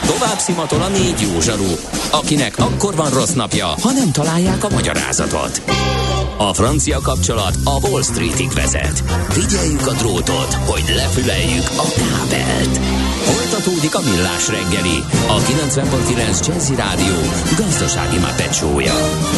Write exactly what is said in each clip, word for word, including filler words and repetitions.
Tovább szimatol a négy jó zsaru, akinek akkor van rossz napja, ha nem találják a magyarázatot. A francia kapcsolat a Wall Streetig vezet. Figyeljük a drótot, hogy lefüleljük a kábelt. Folytatódik a Millás reggeli, a kilencven pont kilenc Jazzy Rádió gazdasági Muppet show-ja.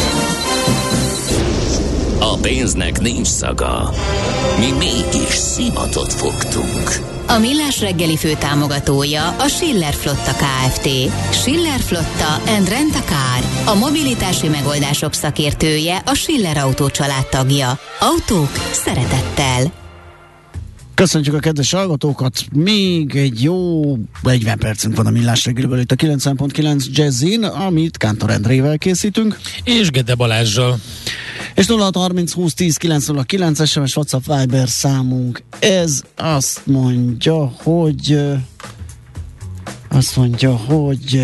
A pénznek nincs szaga. Mi mégis szimatot fogtunk. A Millás reggeli fő támogatója a Schiller Flotta Kft. Schiller Flotta and Rent a Car. A mobilitási megoldások szakértője, a Schiller Autó család tagja. Autók szeretettel. Köszönjük a kedves hallgatókat, még egy jó negyven percünk van a Millás reggeliből itt a kilencven pont kilenc Jazzin, amit Kántor Endrével készítünk. És Gede Balázsral. És nulla hat harminc húsz tíz kilenc nulla kilenc es em es WhatsApp Viber számunk. Ez azt mondja, hogy azt mondja, hogy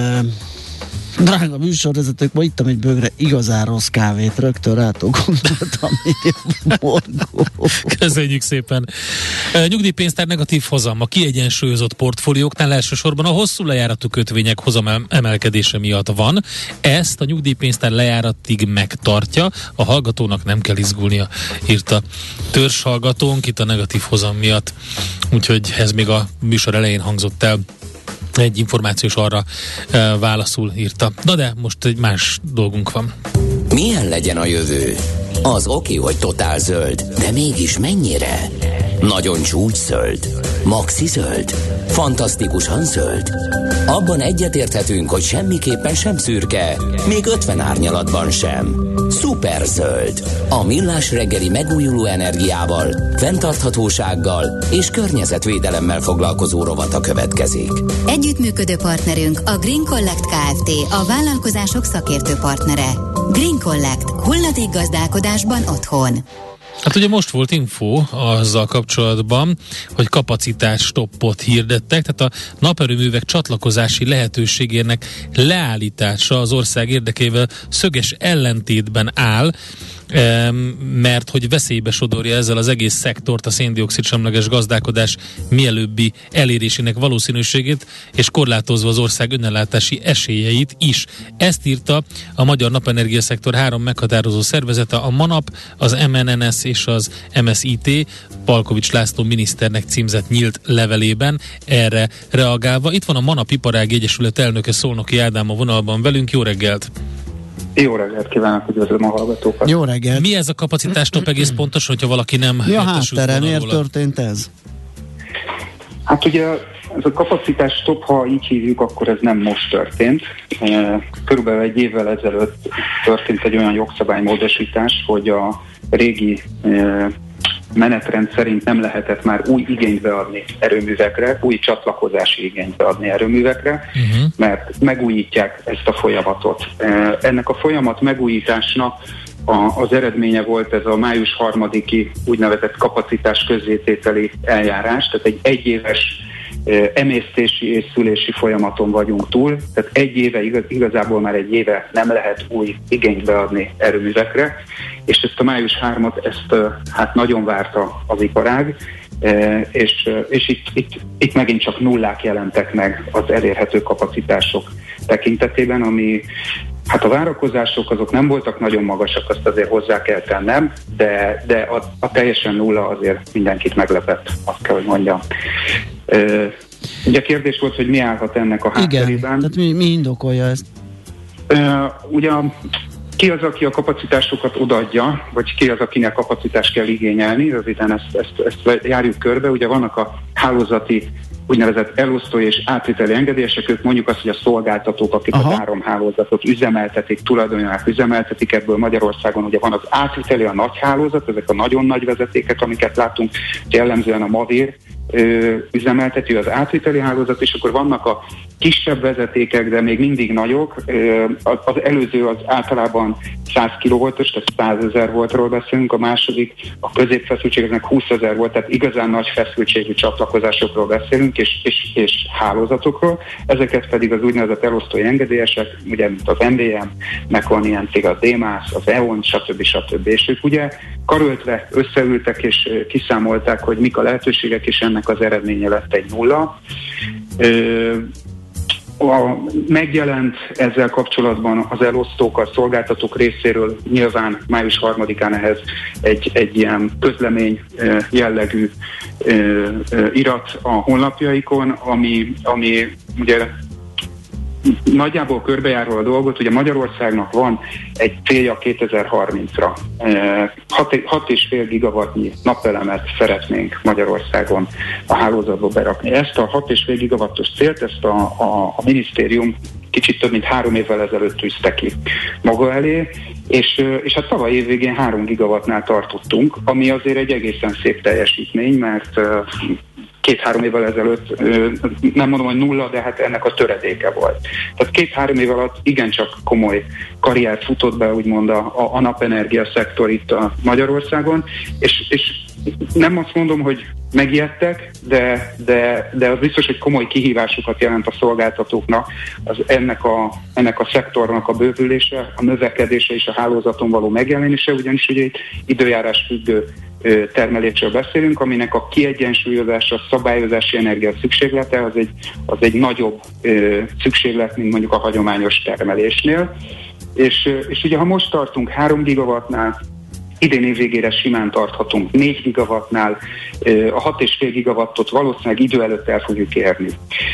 drága műsorvezetők, ma ittam egy bögre igazán rossz kávét, rögtön rátok gondoltam, írja Borgó. Köszönjük szépen. Nyugdíjpénztár negatív hozam. A kiegyensúlyozott portfólióknál elsősorban a hosszú lejáratú kötvények hozam emelkedése miatt van. Ezt a nyugdíjpénztár lejáratig megtartja, a hallgatónak nem kell izgulnia, írta törzs hallgatónk itt a negatív hozam miatt. Úgyhogy ez még a műsor elején hangzott el. Egy információs arra e, válaszul írta. Na de most egy más dolgunk van. Milyen legyen a jövő? Az oké, hogy totál zöld, de mégis mennyire? Nagyon csúcs zöld? Maxi zöld? Fantasztikusan zöld? Abban egyetérthetünk, hogy semmiképpen sem szürke, még ötven árnyalatban sem. Szuper zöld. A Millás reggeli megújuló energiával, fenntarthatósággal és környezetvédelemmel foglalkozó rovata következik. Együttműködő partnerünk a Green Collect Kft. A vállalkozások szakértő partnere. Green Collect. Hulladék gazdálkodásban otthon. Hát ugye most volt info azzal kapcsolatban, hogy kapacitás stoppot hirdettek, tehát a naperőművek csatlakozási lehetőségének leállítása az ország érdekével szöges ellentétben áll, mert hogy veszélybe sodorja ezzel az egész szektort, a szén-dioxid semleges gazdálkodás mielőbbi elérésének valószínűségét, és korlátozva az ország önellátási esélyeit is. Ezt írta a Magyar Napenergia Szektor három meghatározó szervezete, a MANAP, az em en en es és az em es i té, Palkovics László miniszternek címzett nyílt levelében erre reagálva. Itt van a MANAP Iparági Egyesület elnöke, Szolnoki Ádám a vonalban velünk. Jó reggelt! Jó reggelt kívánok, üdvözlöm a hallgatókat. Jó reggelt. Mi ez a kapacitástop egész pontosan, hogyha valaki nem Mi a háttere, miért történt ez? Hát ugye ez a kapacitástop, ha így hívjuk, akkor ez nem most történt. Körülbelül egy évvel ezelőtt történt egy olyan jogszabálymódosítás, hogy a régi menetrend szerint nem lehetett már új igényt beadni erőművekre, új csatlakozási igényt beadni erőművekre, uh-huh. mert megújítják ezt a folyamatot. Ennek a folyamat megújításnak a, az eredménye volt ez a május harmadiki úgynevezett kapacitás közzétételi eljárás, tehát egy egyéves emésztési és szülési folyamaton vagyunk túl, tehát egy éve, igaz, igazából már egy éve nem lehet új igényt beadni erőművekre, és ezt a május harmadikat ezt hát nagyon várta az iparág, és, és itt, itt, itt megint csak nullák jelentek meg az elérhető kapacitások tekintetében, ami hát a várakozások azok nem voltak nagyon magasak, azt azért hozzá kell tennem, de, de a, a teljesen nulla azért mindenkit meglepett, azt kell, hogy mondjam. Uh, ugye a kérdés volt, hogy mi állhat ennek a hátterében. Igen, tehát mi, mi indokolja ezt? Uh, ugye ki az, aki a kapacitásokat odaadja, vagy ki az, akinek kapacitást kell igényelni, röviden ezt, ezt, ezt járjuk körbe. Ugye vannak a hálózati úgynevezett elosztói és átviteli engedélyesek, ők mondjuk azt, hogy a szolgáltatók, akik Aha. az áramhálózatot üzemeltetik, tulajdonolják, üzemeltetik, ebből Magyarországon ugye van az átviteli, a nagy hálózat, ezek a nagyon nagy vezetékek, amiket látunk, jellemzően a Mavér ö, üzemelteti az átviteli hálózat, és akkor vannak a kisebb vezetékek, de még mindig nagyok. Ö, az, az előző az általában száz kilovoltos, tehát százezer voltról beszélünk, a második, a középfeszültségeknek húszezer volt, tehát igazán nagy feszültségű csatlakozásokról beszélünk, és, és, és hálózatokról. Ezeket pedig az úgynevezett elosztói engedélyesek, ugye mint az em bé em, meg van ilyen cég, a Démász, az é o en, stb. stb. És ők ugye karöltve összeültek és kiszámolták, hogy mik a lehetőségek, és ennek az eredménye lett egy nulla. Ö, A, megjelent ezzel kapcsolatban az elosztók, a szolgáltatók részéről nyilván május harmadikán ehhez egy, egy ilyen közlemény jellegű irat a honlapjaikon, ami, ami ugye nagyjából körbejárva a dolgot, ugye Magyarországnak van egy célja kétezer-harmincra. hat és fél gigawattnyi napelemet szeretnénk Magyarországon a hálózatba berakni. Ezt a hat és fél gigawattos célt, ezt a, a, a minisztérium kicsit több mint három évvel ezelőtt tűzte ki maga elé, és, és hát tavaly év végén három gigawattnál tartottunk, ami azért egy egészen szép teljesítmény, mert két-három évvel ezelőtt, nem mondom, hogy nulla, de hát ennek a töredéke volt. Tehát két-három év alatt igencsak komoly karriert futott be, úgymond a, a napenergia szektor itt a Magyarországon, és, és nem azt mondom, hogy megijedtek, de, de, de az biztos, hogy komoly kihívásokat jelent a szolgáltatóknak, az ennek a, ennek a szektornak a bővülése, a növekedése és a hálózaton való megjelenése, ugyanis ugye egy időjárás függő termelésről beszélünk, aminek a kiegyensúlyozása, szabályozási energia szükséglete az egy, az egy nagyobb ö, szükséglet, mint mondjuk a hagyományos termelésnél. És, és ugye ha most tartunk három gigawattnál, idén év végére simán tarthatunk négy gigawattnál, a hat és fél gigawattot valószínűleg idő előtt el fogjuk érni.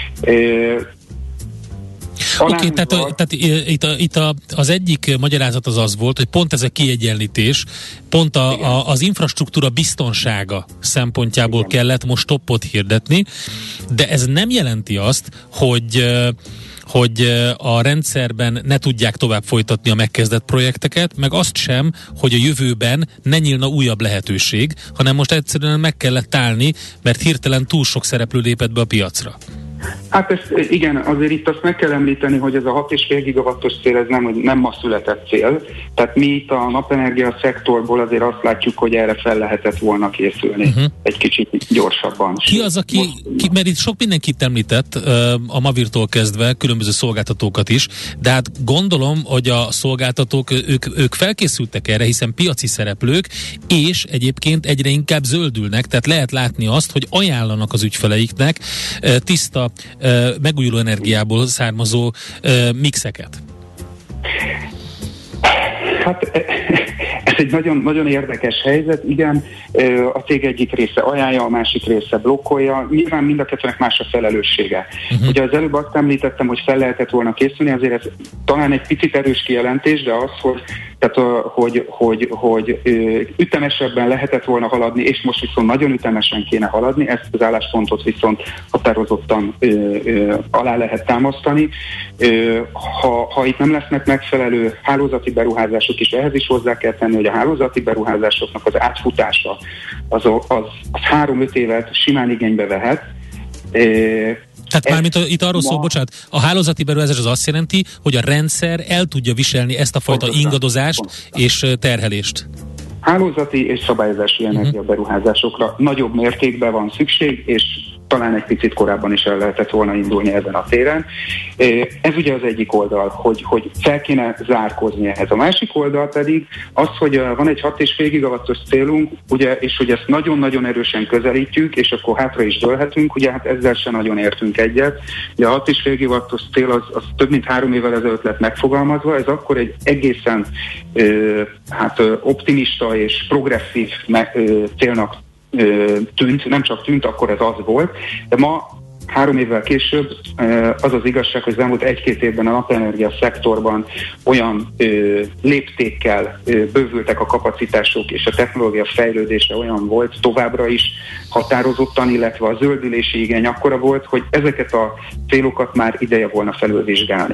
Oké, okay, tehát, tehát itt, a, itt a, az egyik magyarázat az az volt, hogy pont ez a kiegyenlítés, pont a, a, az infrastruktúra biztonsága szempontjából Igen. kellett most stoppot hirdetni, de ez nem jelenti azt, hogy hogy a rendszerben ne tudják tovább folytatni a megkezdett projekteket, meg azt sem, hogy a jövőben ne nyílna újabb lehetőség, hanem most egyszerűen meg kellett állni, mert hirtelen túl sok szereplő lépett be a piacra. Hát ez, igen, azért itt azt meg kell említeni, hogy ez a hat és fél gigawattos cél, ez nem, nem ma született cél. Tehát mi itt a napenergia szektorból azért azt látjuk, hogy erre fel lehetett volna készülni uh-huh. egy kicsit gyorsabban. Ki az, aki, ki, mert itt sok mindenkit említett, a Mavirtól kezdve, különböző szolgáltatókat is, de hát gondolom, hogy a szolgáltatók, ők, ők felkészültek erre, hiszen piaci szereplők, és egyébként egyre inkább zöldülnek, tehát lehet látni azt, hogy ajánlanak az ügyfeleiknek tiszta megújuló energiából származó mixeket. Hát ez egy nagyon, nagyon érdekes helyzet. Igen, a cég egyik része ajánlja, a másik része blokkolja. Nyilván mind a kettőnek más a felelőssége. Uh-huh. Ugye az előbb azt említettem, hogy fel lehetett volna készülni, azért ez talán egy picit erős kijelentés, de az, hogy, tehát, hogy, hogy, hogy ütemesebben lehetett volna haladni, és most viszont nagyon ütemesen kéne haladni, ezt az álláspontot viszont határozottan ö, ö, alá lehet támasztani. Ö, ha, ha itt nem lesznek megfelelő hálózati beruházások, és ehhez is hozzá kell tenni, hogy a hálózati beruházásoknak az átfutása az, az, az három-öt évet simán igénybe vehet. Tehát mármint itt arról szól, bocsánat, a hálózati beruházás az azt jelenti, hogy a rendszer el tudja viselni ezt a fajta pontosan, ingadozást pontosan. és terhelést. Hálózati és szabályozási energiaberuházásokra uh-huh. nagyobb mértékben van szükség, és talán egy picit korábban is el lehetett volna indulni ezen a téren. Ez ugye az egyik oldal, hogy, hogy fel kéne zárkózni ehhez. A másik oldal pedig az, hogy van egy hat és fél gigawattos célunk, ugye, és hogy ezt nagyon-nagyon erősen közelítjük, és akkor hátra is dőlhetünk, ugye hát ezzel sem nagyon értünk egyet. Ugye a hat és fél gigawattos cél az, az több mint három évvel ezelőtt lett megfogalmazva, ez akkor egy egészen ö, hát, ö, optimista és progresszív me, ö, célnak tűnt, nem csak tűnt, akkor ez az volt, de ma három évvel később az az igazság, hogy az elmúlt egy-két évben a napenergia szektorban olyan ö, léptékkel ö, bővültek a kapacitások, és a technológia fejlődése olyan volt továbbra is határozottan, illetve a zöldülési igény akkora volt, hogy ezeket a célokat már ideje volna felülvizsgálni.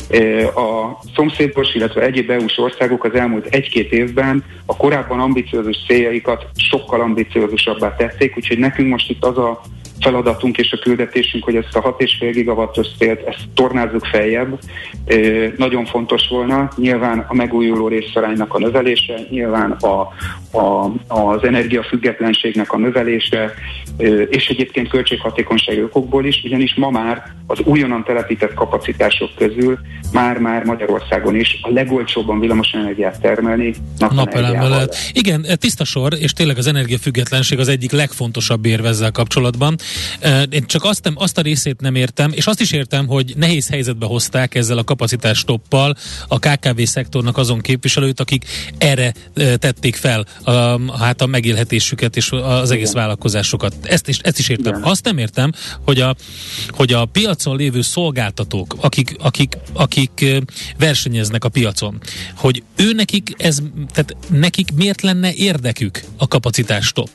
A szomszédos, illetve egyéb é u-s országok az elmúlt egy-két évben a korábban ambiciózus céljaikat sokkal ambiciózusabbá tették, úgyhogy nekünk most itt az a feladatunk és a küldetésünk, hogy ezt a hat és fél gigawattos célt, ezt tornázzuk feljebb. E, nagyon fontos volna, nyilván a megújuló részaránynak a növelése, nyilván a, a, az energiafüggetlenségnek a növelése, és egyébként költséghatékonysági okokból is, ugyanis ma már az újonnan telepített kapacitások közül már-már Magyarországon is a legolcsóbban villamosenergiát termelni napelemről lehet. Igen, tiszta sor, és tényleg az energiafüggetlenség az egyik legfontosabb érv ezzel kapcsolatban. Én csak azt, azt a részét nem értem, és azt is értem, hogy nehéz helyzetbe hozták ezzel a kapacitás stoppal a ká ká vé szektornak azon képviselőt, akik erre tették fel a, hát a megélhetésüket és az egész Igen. vállalkozásokat. Ezt is, ezt is értem. Igen. Azt nem értem, hogy a, hogy a piacon lévő szolgáltatók, akik, akik, akik versenyeznek a piacon, hogy ő nekik ez, tehát nekik miért lenne érdekük a kapacitás stop?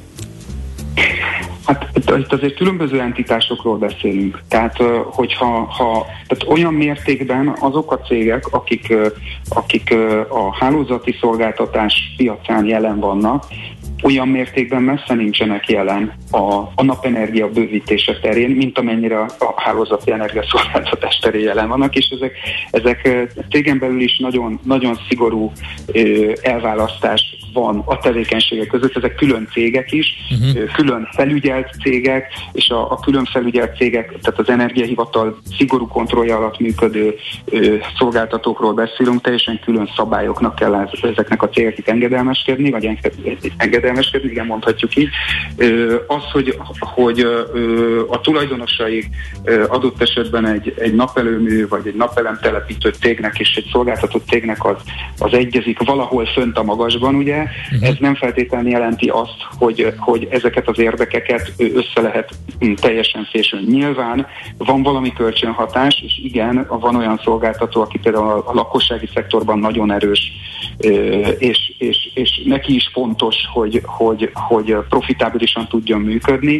Hát itt azért különböző entitásokról beszélünk. Tehát, hogyha ha, tehát olyan mértékben azok a cégek, akik, akik a hálózati szolgáltatás piacán jelen vannak, olyan mértékben messze nincsenek jelen a, a napenergia bővítése terén, mint amennyire a hálózati energiaszolgáltatás terén jelen vannak, és ezek, ezek cégen belül is nagyon, nagyon szigorú ö, elválasztás van a tevékenységek között, ezek külön cégek is, uh-huh. külön felügyelt cégek, és a, a külön felügyelt cégek, tehát az Energiahivatal szigorú kontrollja alatt működő ö, szolgáltatókról beszélünk, teljesen külön szabályoknak kell ezeknek a cégeknek engedelmeskedni, vagy engedelmeskedni, igen, mondhatjuk így. Ö, az, hogy, hogy ö, a tulajdonosai ö, adott esetben egy, egy napelőmű, vagy egy napelem telepítő cégnek és egy szolgáltató cégnek az, az egyezik valahol fönt a magasban, ugye, uh-huh. ez nem feltétlenül jelenti azt, hogy, hogy ezeket az érdekeket össze lehet teljesen fésülni. Nyilván van valami kölcsönhatás, és igen, van olyan szolgáltató, aki például a lakossági szektorban nagyon erős, és, és, és neki is fontos, hogy, hogy, hogy profitábilisan tudjon működni,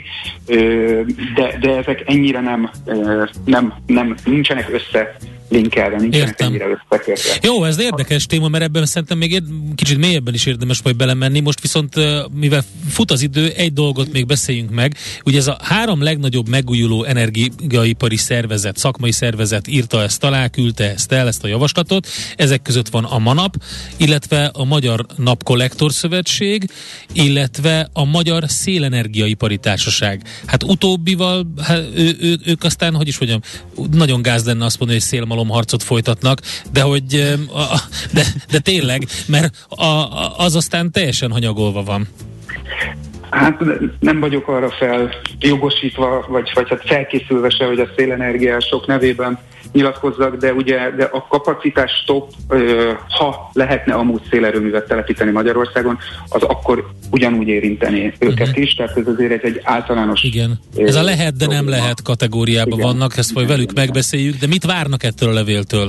de, de ezek ennyire nem, nem, nem nincsenek össze linkelve, nincsenek ennyire összekötve. Jó, ez érdekes téma, mert ebben szerintem még ér- kicsit mélyebben is érdemes majd belemenni. Most viszont, mivel fut az idő, egy dolgot még beszéljünk meg. Ugye ez a három legnagyobb megújuló energiaipari szervezet, szakmai szervezet írta ezt alá, küldte ezt el, ezt a javaslatot. Ezek között van a MANAP, illetve a Magyar Napkollektor Szövetség, illetve a Magyar Szélenergiaipari Társaság. Hát utóbbival, hát ő, ő, ők aztán, hogy is mondjam, nagyon gáz lenne azt mondani, hogy szélmalomharcot folytatnak, de hogy de, de tényleg, mert a, a, az aztán teljesen hanyagolva van. Hát nem vagyok arra feljogosítva, vagy, vagy hát felkészülve se, hogy a szélenergiások nevében nyilatkozzak, de ugye de a kapacitás stop, ha lehetne amúgy szélerőművet telepíteni Magyarországon, az akkor ugyanúgy érinteni őket uh-huh. is, tehát ez azért egy általános... Igen, ez a lehet, de nem lehet kategóriában igen. vannak, ezt majd velük megbeszéljük, de mit várnak ettől a levéltől?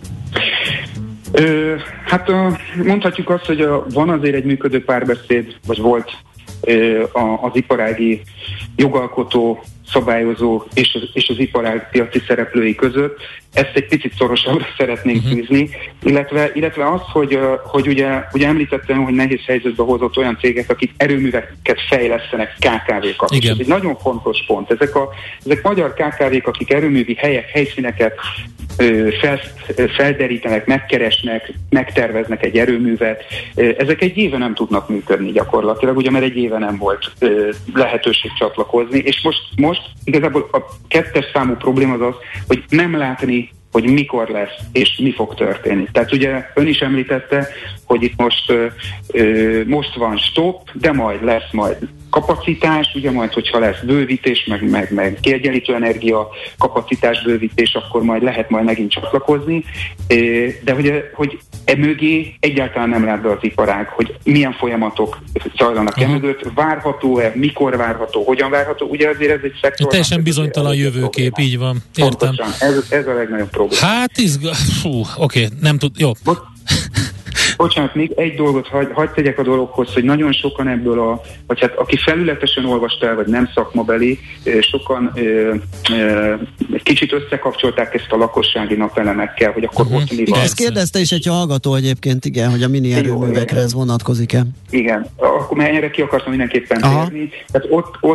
Ö, hát mondhatjuk azt, hogy a, van azért egy működő párbeszéd, vagy volt az iparági jogalkotó, szabályozó és az, és az iparág piaci szereplői között. Ezt egy picit szorosabbra szeretnénk uh-huh. tűzni, illetve, illetve az, hogy, hogy ugye, ugye említettem, hogy nehéz helyzetbe hozott olyan cégek, akik erőműveket fejlesztenek ká ká vé-kat. Ez egy nagyon fontos pont. Ezek, a, ezek magyar ká ká vé-k, akik erőművi helyek, helyszíneket fel, felderítenek, megkeresnek, megterveznek egy erőművet. Ezek egy éve nem tudnak működni gyakorlatilag, ugye mert egy éve nem volt lehetőség csatlakozni, és most, most igazából a kettes számú probléma az az, hogy nem látni, hogy mikor lesz, és mi fog történni. Tehát ugye ön is említette, hogy itt most, ö, most van stop, de majd lesz majd kapacitás, ugye majd, hogyha lesz bővítés, meg, meg, meg kiegyenlítő energia kapacitás bővítés, akkor majd lehet majd megint csatlakozni, de hogy, hogy emögé egyáltalán nem lát be az iparág, hogy milyen folyamatok zajlanak uh-huh. emögött, várható-e, mikor várható, hogyan várható, ugye azért ez egy szektor... Teljesen bizonytalan jövőkép, így van. Értem. Pontosan, ez, ez a legnagyobb probléma. Hát izgalmas, fú, oké, nem tud, jó. Most, bocsánat, még egy dolgot hagy, hagy tegyek a dologhoz, hogy nagyon sokan ebből a, vagy hát aki felületesen olvasta el, vagy nem szakmabeli, sokan ö, ö, egy kicsit összekapcsolták ezt a lakossági napelemekkel, hogy akkor uh-huh. ott mi van. Ezt kérdezte is egy hallgató egyébként, igen, hogy a mini erőművekre ez vonatkozik-e. Igen, akkor már erre ki akartam mindenképpen térni. Tehát ott, ott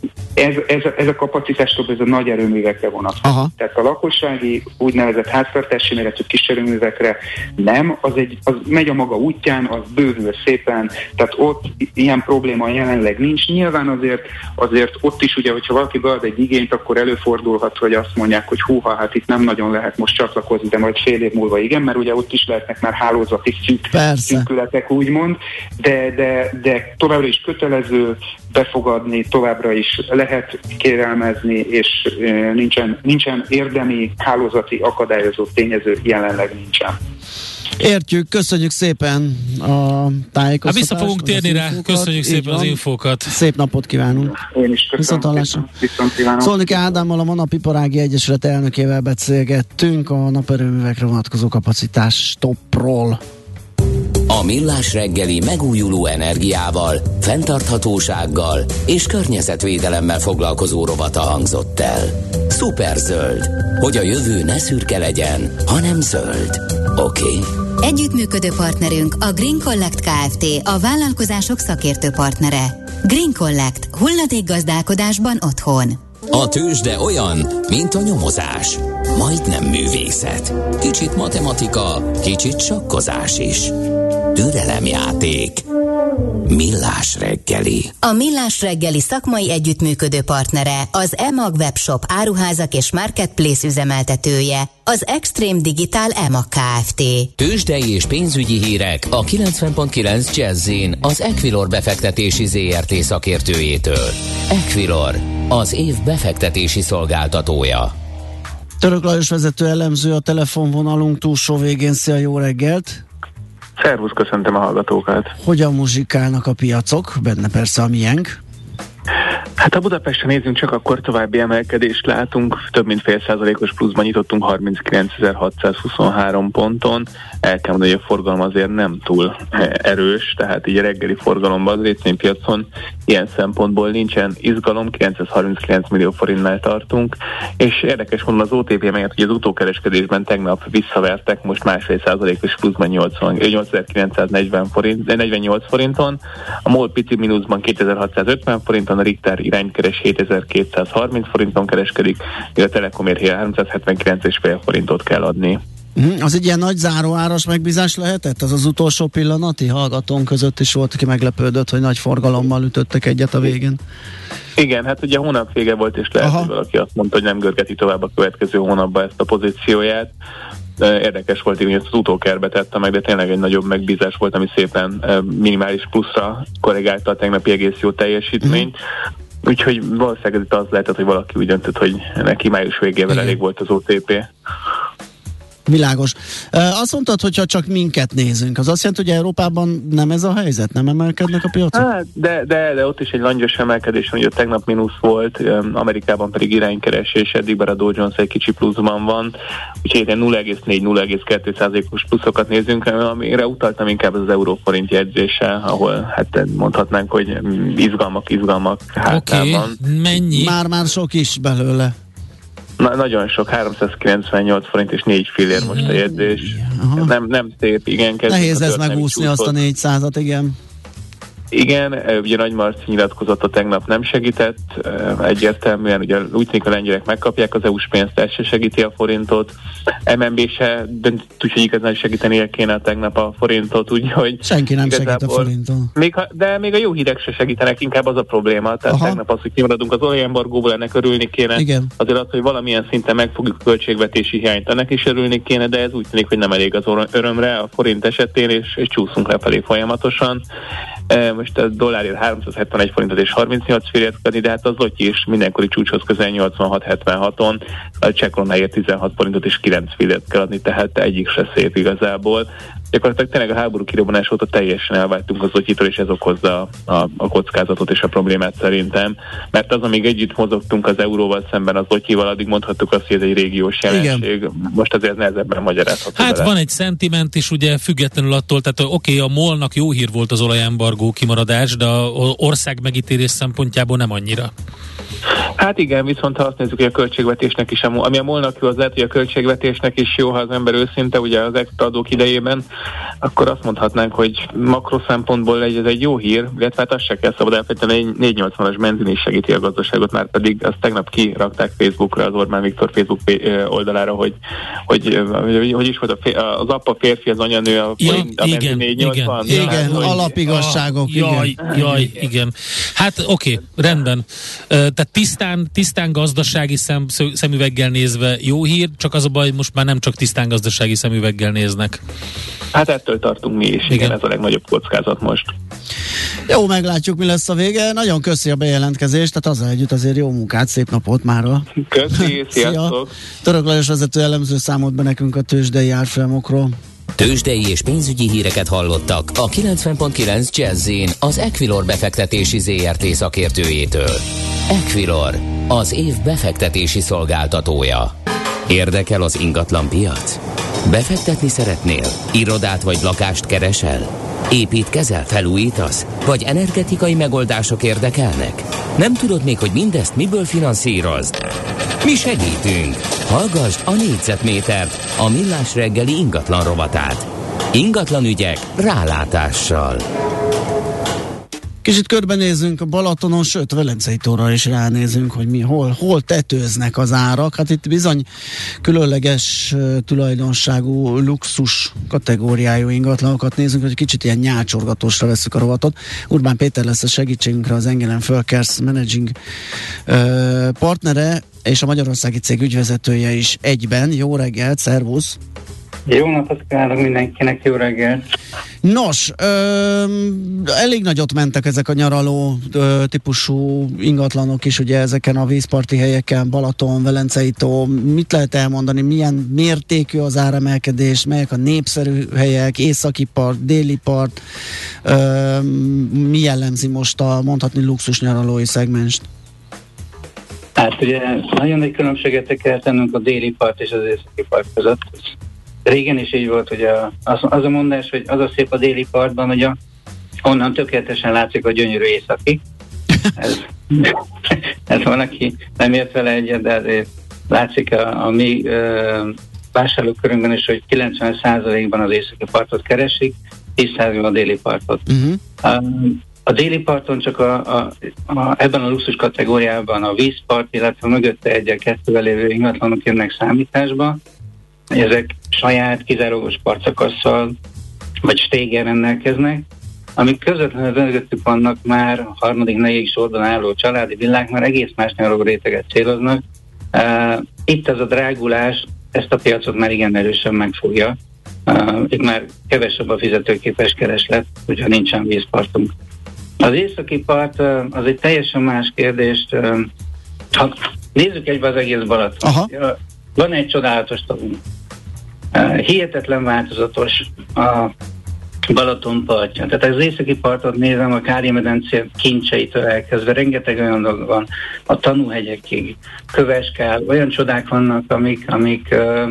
ez, ez, ez a kapacitástop, ez a nagy erőművekre vonatkozik. Tehát a lakossági úgynevezett háztartási méretű kis erőművekre nem, az, egy, az megy a maga útján, az bővül szépen, tehát ott ilyen probléma jelenleg nincs. Nyilván azért, azért ott is ugye, hogyha valaki bead egy igényt, akkor előfordulhat, hogy azt mondják, hogy húha, hát itt nem nagyon lehet most csatlakozni, de majd fél év múlva igen, mert ugye ott is lehetnek már hálózati szűk, szűkületek, úgymond, de, de, de továbbra is kötelező befogadni, továbbra is lehet kérelmezni, és e, nincsen, nincsen érdemi hálózati akadályozó tényező, jelenleg nincsen. Értjük, köszönjük szépen a tájékoztatást. Hát vissza fogunk térni rá, köszönjük szépen az infókat. Szép napot kívánunk. Én is köszönöm. Szolnoki Ádámmal, a Manap Iparági Egyesület elnökével beszélgettünk a naperőművekre vonatkozó kapacitás stopról. A Millás reggeli megújuló energiával, fenntarthatósággal és környezetvédelemmel foglalkozó rovata hangzott el. Szuperzöld, hogy a jövő ne szürke legyen, hanem zöld. Oké? Okay? Együttműködő partnerünk a Green Collect Kft., a vállalkozások szakértő partnere. Green Collect. Hulladékgazdálkodásban otthon. A tőzsde olyan, mint a nyomozás. Majdnem művészet. Kicsit matematika, kicsit sakkozás is. Türelemjáték. Millás reggeli. A Millás reggeli szakmai együttműködő partnere, az e-mag webshop áruházak és marketplace üzemeltetője, az Extreme Digital e-mag Kft. Tőzsdei és pénzügyi hírek a kilencven pont kilenc Jazz-in az Equilor befektetési zé er té szakértőjétől. Equilor, az év befektetési szolgáltatója. Török Lajos vezető elemző a telefonvonalunk túlsó végén. Szia, jó reggelt! Szervusz, köszöntöm a hallgatókat! Hogyan muzsikálnak a piacok? Benne persze a miénk. Hát ha Budapesten nézzünk, csak akkor további emelkedést látunk. Több mint fél százalékos pluszban nyitottunk harminckilencezer-hatszázhuszonhárom ponton. El kell mondani, hogy a forgalom azért nem túl erős, tehát így a reggeli forgalomban az részvénypiacon ilyen szempontból nincsen izgalom, kilencszázharminckilenc millió forintnál tartunk, és érdekes mondom, az o té pé, melyet ugye az utókereskedésben tegnap visszavertek, most másfél százalékos pluszban nyolcvankilencszáznegyven forint, negyvennyolc forinton, a MOL pici mínuszban kétezer-hatszázötven forinton, a Richter iránykeres hétezer-kétszázharminc forinton kereskedik, míg a Telekomért háromszázhetvenkilenc egész öt forintot kell adni. Uh-huh. Az egy ilyen nagy záróáras megbízás lehetett? Az az utolsó pillanati hallgatón között is volt, aki meglepődött, hogy nagy forgalommal ütöttek egyet a végén. Igen, hát ugye hónap vége volt, és lehet, Aha. hogy valaki azt mondta, hogy nem görgeti tovább a következő hónapban ezt a pozícióját. Érdekes volt, hogy ezt az utókerbe tette meg, de tényleg egy nagyobb megbízás volt, ami szépen minimális pluszra korrigálta a tegnapi egész jó teljesítményt. Uh-huh. Úgyhogy valószínűleg itt az lehetett, hogy valaki úgy döntött, hogy neki május végével Igen. elég volt az o té pé. Világos. Azt mondtad, hogyha csak minket nézünk, az azt jelenti, hogy Európában nem ez a helyzet? Nem emelkednek a piacok? Hát, de, de, de ott is egy langyos emelkedés, hogy ott tegnap mínusz volt, Amerikában pedig iránykeresés, eddig bár a Dow Jones egy kicsi pluszban van, úgyhogy nulla egész négy nulla egész kettő százalékos pluszokat nézünk, amire utaltam inkább az euróforint jegyzése, ahol hát mondhatnánk, hogy izgalmak, izgalmak hátában. Okay. Mennyi? Már-már sok is belőle. Na, nagyon sok, háromszázkilencvennyolc forint és négy fillér most a jegyzés. Nem, nem szép, igen. Nehéz ez megúszni azt a négyszázat, igen. Igen, ugye Nagy Marci nyilatkozata tegnap nem segített, egyértelműen ugye úgy tűnik, a lengyelek megkapják az é u-s pénzt, ez se segíti a forintot, em en bé se döntött, hogy igazán segítenie kéne tegnap a forintot, úgyhogy senki nem segít a forinton. Még ha, de még a jó hírek se segítenek, inkább az a probléma, tehát Aha. tegnap az, hogy kimaradunk az olajembargóból, ennek örülni kéne, Igen. azért az, hogy valamilyen szinten megfogjuk a költségvetési hiányt, ennek is örülni kéne, de ez úgy tűnik, hogy nem elég az örömre a forint esetén, és, és csúszunk lefelé folyamatosan. Most a dollárért háromszázhetvenegy forintot és harmincnyolc fillért adni, de hát az zloty is mindenkori csúcshoz közel nyolcvanhat hetvenhaton, a cseh krónáért tizenhat forintot és kilenc fillért kell adni, tehát egyik se szép igazából. Gyakorlatilag tényleg a háború kirobbanás óta teljesen elváltunk az zlotyitól, és ez okozza a, a kockázatot és a problémát szerintem. Mert az, amíg együtt mozogtunk az euróval szemben az zlotyival, addig mondhattuk azt, hogy ez egy régiós jelenség. Igen. Most azért nehezebben magyarázható. Hát vele. Van egy szentiment is, ugye függetlenül attól, tehát oké, okay, a MOL-nak jó hír volt az olajembargó kimaradás, de az ország megítélés szempontjából nem annyira. Hát igen, viszont ha azt nézzük, hogy a költségvetésnek is, ami a molnak jó, az lehet, hogy a költségvetésnek is jó, ha az ember őszinte, ugye az extra adók idejében, akkor azt mondhatnánk, hogy makro szempontból ez egy jó hír, illetve hát azt se kell szabad elfelejteni, hogy négyszáznyolcvanas benzin is segíti a gazdaságot, már pedig azt tegnap kirakták Facebookra, az Orbán Viktor Facebook oldalára, hogy hogy, hogy, hogy is volt a, az apa férfi, az anyanő, a, ja, a benzin négyszáznyolcvan. Igen, igen, hogy, alapigazságok. Ah, jaj, igen. jaj, igen. Hát oké, okay, rendben. Tehát tisztán, tisztán gazdasági szem, szemüveggel nézve jó hír, csak az a baj, most már nem csak tisztán gazdasági szemüveggel néznek. Hát ettől tartunk mi is, igen, igen, ez a legnagyobb kockázat most. Jó, meglátjuk, mi lesz a vége. Nagyon köszi a bejelentkezést, tehát azzal együtt azért jó munkát, szép napot mára. Köszi, sziasztok! Török Lajos vezető elemző számolt be nekünk a tőzsdei árfolyamokról. Tőzsdei és pénzügyi híreket hallottak a kilencven pont kilenc Jazz-in az Equilor befektetési zé er té szakértőjétől. Equilor, az év befektetési szolgáltatója. Érdekel az ingatlan piac? Befektetni szeretnél? Irodát vagy lakást keresel? Építkezel, felújítasz? Vagy energetikai megoldások érdekelnek? Nem tudod még, hogy mindezt miből finanszírozd? Mi segítünk! Hallgasd a négyzetmétert, a Millás reggeli ingatlan rovatát. Ingatlan ügyek rálátással. Kicsit körbenézzünk a Balatonon, sőt a Velencei tóra is ránézünk, hogy mi, hol, hol tetőznek az árak. Hát itt bizony különleges uh, tulajdonságú luxus kategóriájú ingatlanokat nézünk, hogy kicsit ilyen nyálcsorgatósra veszük a rovatot. Urbán Péter lesz a segítségünkre, az Engelen Fölkers Managing uh, partnere, és a magyarországi cég ügyvezetője is egyben. Jó reggelt, szervusz! Jó napot kívánok mindenkinek, jó reggelt! Nos, ö, elég nagyot mentek ezek a nyaraló ö, típusú ingatlanok is, ugye ezeken a vízparti helyeken, Balaton, Velencei tó. Mit lehet elmondani, milyen mértékű az áremelkedés, melyek a népszerű helyek, északi part, déli part, ö, mi jellemzi most a mondhatni luxus nyaralói szegmenst? Hát ugye nagyon nagy különbséget kell tennünk a déli part és az északi part között. Régen is így volt, hogy a, az, az a mondás, hogy az a szép a déli partban, hogy a, onnan tökéletesen látszik a gyönyörű északi. Ez, ez van, aki nem ért vele egyet, de azért látszik a, a mi ö, vásárlókörünkben is, hogy kilencven százalékban az északi partot keresik, tíz százalékban a déli partot. Uh-huh. A, a déli parton csak a, a, a, ebben a luxus kategóriában a vízpart, illetve mögötte egyel-kettővel lévő ingatlanok jönnek számításba. Ezek saját, kizárólagos partszakasszal vagy stéggel rendelkeznek, amik közvetlenül mögöttük vannak már a harmadik, negyedik sorban álló családi villák, már egész más nyaraló réteget céloznak. Uh, itt ez a drágulás ezt a piacot már igen erősen megfogja. Uh, itt már kevesebb a fizetőképes kereslet, hogyha nincsen vízpartunk. Az északi part uh, az egy teljesen más kérdést. Uh, ha nézzük egybe az egész Balaton. Aha. Van egy csodálatos tavunk. Uh, hihetetlen változatos a Balaton partja. Tehát az északi partot nézem, a Kári-medencé kincseitől elkezdve, rengeteg olyan dolog van, a Tanúhegyekig, Köveskál, olyan csodák vannak, amik, amik uh,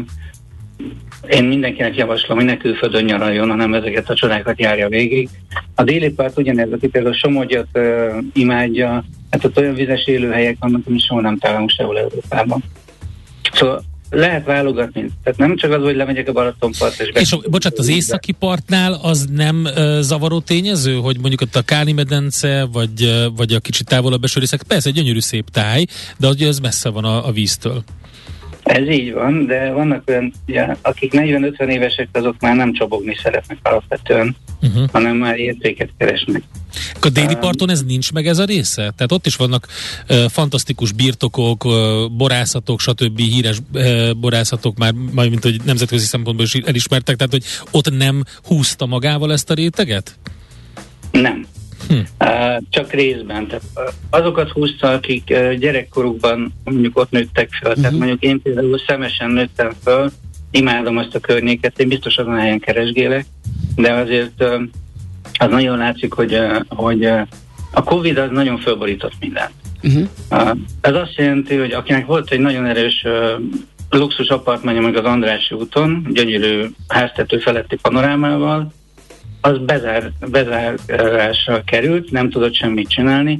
én mindenkinek javaslom, hogy ne külföldön nyaraljon, hanem ezeket a csodákat járja végig. A déli part ugyanez, aki például Somogyat uh, imádja, hát ott olyan vizes élőhelyek vannak, amit soha nem találunk sehol Európában. Szóval lehet válogatni. Tehát nem csak az, hogy lemegyek a Balatonpartra. És, és a, bocsánat, az északi partnál az nem uh, zavaró tényező, hogy mondjuk ott a Káli-medence, vagy, uh, vagy a kicsit távolabb eső részek, persze egy gyönyörű szép táj, de ugye ez messze van a, a víztől. Ez így van, de vannak olyan, ja, akik negyven-ötven évesek, azok már nem csobogni szeretnek alapvetően, uh-huh. hanem már értéket keresnek. A déli parton ez nincs meg ez a része? Tehát ott is vannak uh, fantasztikus birtokok, uh, borászatok, stb. Híres uh, borászatok már, majd mint hogy nemzetközi szempontból is elismertek, tehát hogy ott nem húzta magával ezt a réteget? Nem. Hm. Uh, csak részben. Tehát, uh, azokat húzta, akik uh, gyerekkorukban mondjuk ott nőttek föl. Uh-huh. Tehát mondjuk én például Szemesen nőttem föl, imádom azt a környéket, én biztos azon helyen keresgélek, de azért uh, az nagyon látszik, hogy, uh, hogy uh, a Covid az nagyon fölborított mindent. Uh-huh. Uh, ez azt jelenti, hogy akinek volt egy nagyon erős uh, luxus apartmánja meg az Andrássy úton, gyönyörű háztető feletti panorámával, az bezár, bezárással került, nem tudott semmit csinálni,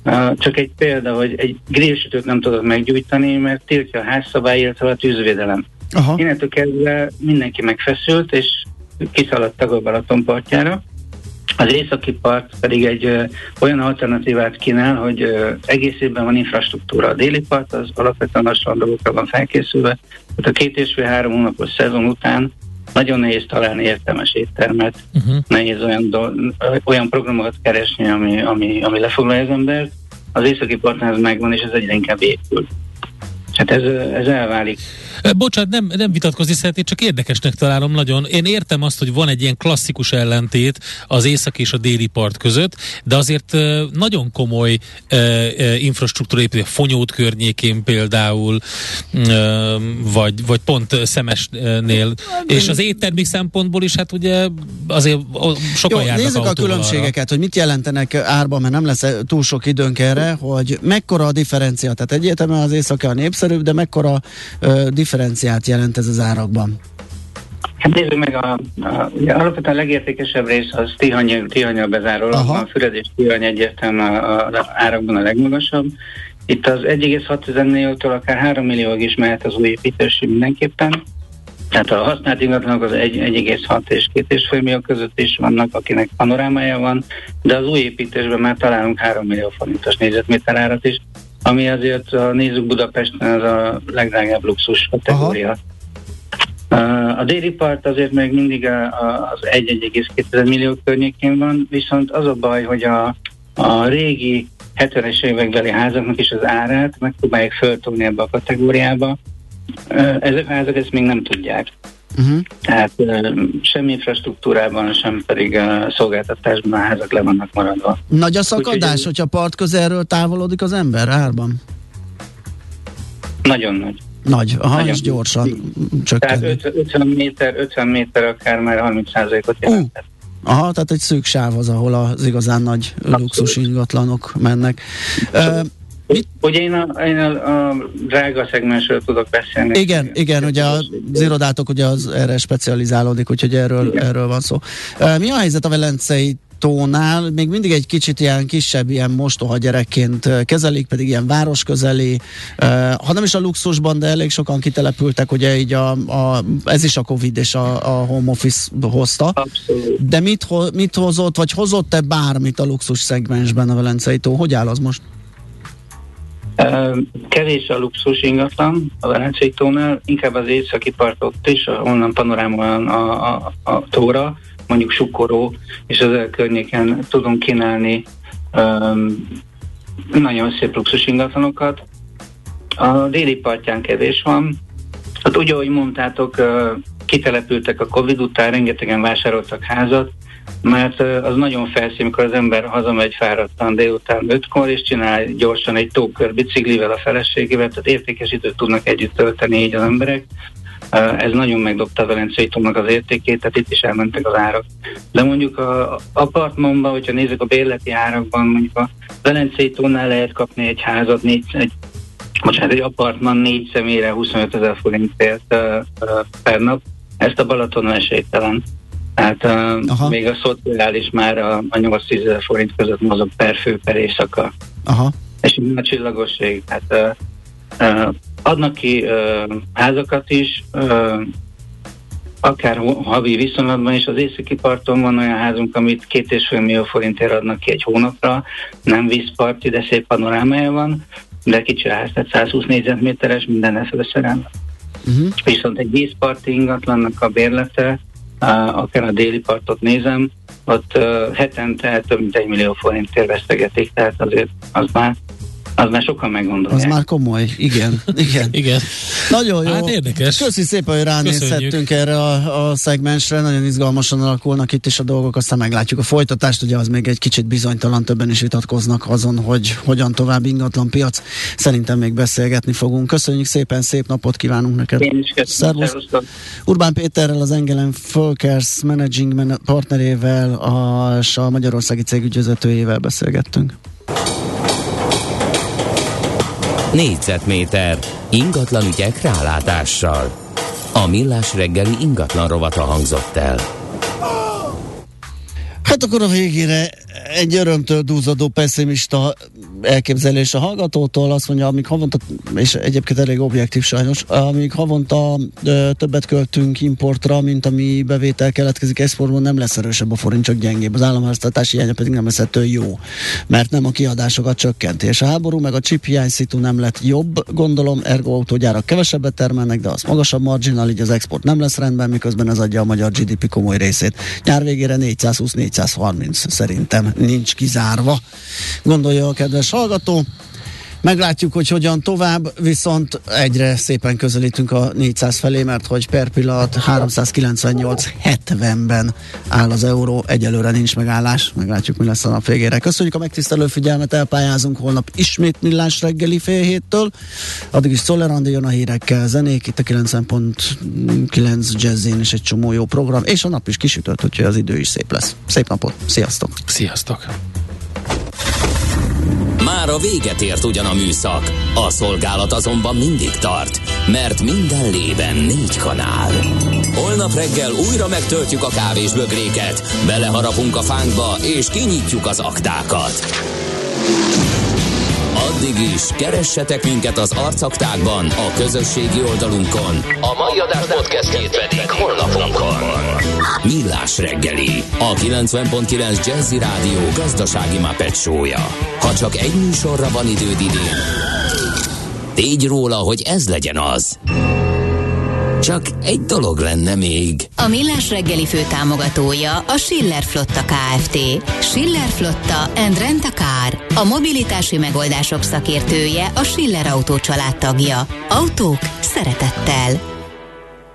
Uh, csak egy példa, hogy egy grillsütőt nem tudod meggyújtani, mert tiltja a házszabály, illetve a tűzvédelem. Aha. Innentől kezdve mindenki megfeszült, és kiszaladt a Balaton partjára. Az északi part pedig egy ö, olyan alternatívát kínál, hogy ö, egész évben van infrastruktúra. A déli part az alapvetően a strandolókra van felkészülve, tehát a két és fél három hónapos szezon után nagyon nehéz találni értelmes éttermet, uh-huh. nehéz olyan, do, olyan programokat keresni, ami, ami, ami lefoglalja az embert. Az északi partnál ez megvan, és ez egyre inkább épül. Hát ez, ez elválik. Bocsánat, nem, nem vitatkozni szeretnék, csak érdekesnek találom nagyon. Én értem azt, hogy van egy ilyen klasszikus ellentét az északi és a déli part között, de azért nagyon komoly uh, infrastruktúra épül, a Fonyód környékén például, uh, vagy, vagy pont Szemesnél, és az éttermi szempontból is, hát ugye azért sokan Jó, járnak nézzük a különbségeket, arra. Hogy mit jelentenek árban, mert nem lesz túl sok időnk erre, hogy mekkora a differencia, tehát egyértelműen az északi a népszerűbb, de mekkora uh, differenciát jelent ez az árakban? Hát nézzük meg, a, a, ugye alapvetően a legértékesebb rész az Tihany, Tihany bezárólag, a Füred és Tihany egyértelműen a, a árakban a legmagasabb. Itt az egy egész hat milliótól akár három millióig is mehet az új építésű mindenképpen. Tehát a használt ingatlanok az egy egész hat és két és fél millió között is vannak, akinek panorámája van, de az új építésben már találunk három millió forintos négyzetméter árat is, ami azért, ha nézzük Budapesten, az a legdrágább luxus kategória. Aha. A déli part azért még mindig az egy egész két millió környékén van, viszont az a baj, hogy a, a régi hetvenes évekbeli házaknak is az árát megpróbálják föltolni ebbe a kategóriába. Ezek a házak ezt még nem tudják. Uh-huh. Tehát sem infrastruktúrában, sem pedig szolgáltatásban a házak le vannak maradva. Nagy a szakadás, Úgy, hogyha part közelről távolodik az ember árban? Nagyon nagy. Nagy, aha, nagyon és gyorsan csökken. Tehát ötven méter, ötven méter akár már harminc százalékot jelentett. Uh, aha, tehát egy szűk sáv az, ahol az igazán nagy Abszolút. luxus ingatlanok mennek. Uh, Mit? Ugye én a, én a, a drága szegmensről tudok beszélni. Igen, igen, ugye az irodátok ugye az erre specializálódik, úgyhogy erről, erről van szó. Mi a helyzet a Velencei tónál? Még mindig egy kicsit ilyen kisebb, ilyen mostoha gyerekként kezelik, pedig ilyen városközeli, ha nem is a luxusban, de elég sokan kitelepültek, ugye így a, a, ez is a Covid és a, a home office hozta. Abszolút. De mit, mit hozott, vagy hozott-e bármit a luxus szegmensben a Velencei tó? Hogy áll az most? Uh, kevés a luxus ingatlan a Velencei tónál, inkább az északi part ott is, onnan panorámon a, a, a tóra, mondjuk Sukkoró, és az környéken tudunk kínálni um, nagyon szép luxus ingatlanokat. A déli partján kevés van. Hát úgy, ahogy mondtátok, uh, kitelepültek a Covid után, rengetegen vásároltak házat, mert az nagyon felszín, amikor az ember hazamegy fáradtan délután ötkor, és csinál gyorsan egy tókör biciklivel a feleségével, tehát értékesítőt tudnak együtt tölteni így az emberek. Ez nagyon megdobta a Velencei tónak az értékét, tehát itt is elmentek az árak. De mondjuk az apartmanban, hogyha nézzük a bérleti árakban, mondjuk a Velencei tónál lehet kapni egy házat, négy, egy, bocsánat, egy apartman négy személyre huszonötezer forintért uh, uh, per nap. Ezt a Balatonon esélytelen. Tehát uh, még a szociális már a, a nyolc-tízezer forint között mozog per fő, per éjszaka. Aha. És a csillagosség. Tehát uh, uh, adnak ki uh, házakat is, uh, akár havi viszonylatban is. Az északi parton van olyan házunk, amit két és fél millió forintért adnak ki egy hónapra. Nem vízparti, de szép panorámája van, de kicsi ház, tehát százhúsz négyzetméteres, minden felszerelve. Uh-huh. Viszont egy vízparti ingatlannak a bérlete, Uh, akár a déli partot nézem, ott uh, hetente több mint egy millió forintért vesztegetik, tehát azért az már, az már sokan meggondolják. Az már komoly, igen. igen. igen. Nagyon jó. Hát érdekes. Köszi szépen, hogy ránézhettünk erre a, a szegmensre, nagyon izgalmasan alakulnak itt is a dolgok, aztán meglátjuk a folytatást, ugye az még egy kicsit bizonytalan, többen is vitatkoznak azon, hogy hogyan tovább ingatlan piac. Szerintem még beszélgetni fogunk. Köszönjük szépen, szép napot kívánunk neked. Én is köszönöm. Urbán Péterrel, az Engelen Fölkers Managing partnerével, a, a magyarországi cég ügyvezetőjével beszélgettünk. Négyzetméter ingatlan ügyek rálátással. A Millás reggeli ingatlan rovata hangzott el. Hát akkor a végére egy örömtől dúzadó pessimista elképzelés a hallgatótól, azt mondja, amíg havonta, és egyébként elég objektív sajnos, amíg havonta ö, többet költünk importra, mint ami bevétel keletkezik exportban, nem lesz erősebb a forint, csak gyengébb. Az államháztartási hiánya pedig nem lesz ettől jó, mert nem a kiadásokat csökkenti. És a háború meg a chip hiány szitu nem lett jobb, gondolom, ergo autógyárak kevesebbet termelnek, de az magasabb marginal, így az export nem lesz rendben, miközben ez adja a magyar gé dé pé komoly részét. Nyár végére négyszázhúsz-négyszázharminc szerintem nincs kizárva. Gondolja a kedves hallgató. Meglátjuk, hogy hogyan tovább, viszont egyre szépen közelítünk a négyszáz felé, mert hogy per pillanat háromszázkilencvennyolc hetvenben áll az euró, egyelőre nincs megállás, meglátjuk, mi lesz a nap végére. Köszönjük a megtisztelő figyelmet, elpályázunk holnap ismét Millás reggeli fél héttől, addig is Czoller Andi jön a hírekkel, zenék, itt a kilencven pont kilenc Jazzin is egy csomó jó program, és a nap is kisütött, úgyhogy az idő is szép lesz. Szép napot, sziasztok! Sziasztok! Már a véget ért ugyan a műszak, a szolgálat azonban mindig tart, mert minden lében négy kanál. Holnap reggel újra megtöltjük a kávésbögréket, beleharapunk a fánkba és kinyitjuk az aktákat. Addig is keressetek minket az arcaktákban, a közösségi oldalunkon. A mai adás podcastjét pedig honlapunkon. Millás reggeli, a kilencven pont kilenc Jazzy Rádió gazdasági Muppet show-ja. Ha csak egy műsorra van időd idén, tégy róla, hogy ez legyen az. Csak egy dolog lenne még. A Millás reggeli fő támogatója a Schiller Flotta Kft. Schiller Flotta and Rent a Car. A mobilitási megoldások szakértője, a Schiller Autó család tagja. Autók szeretettel.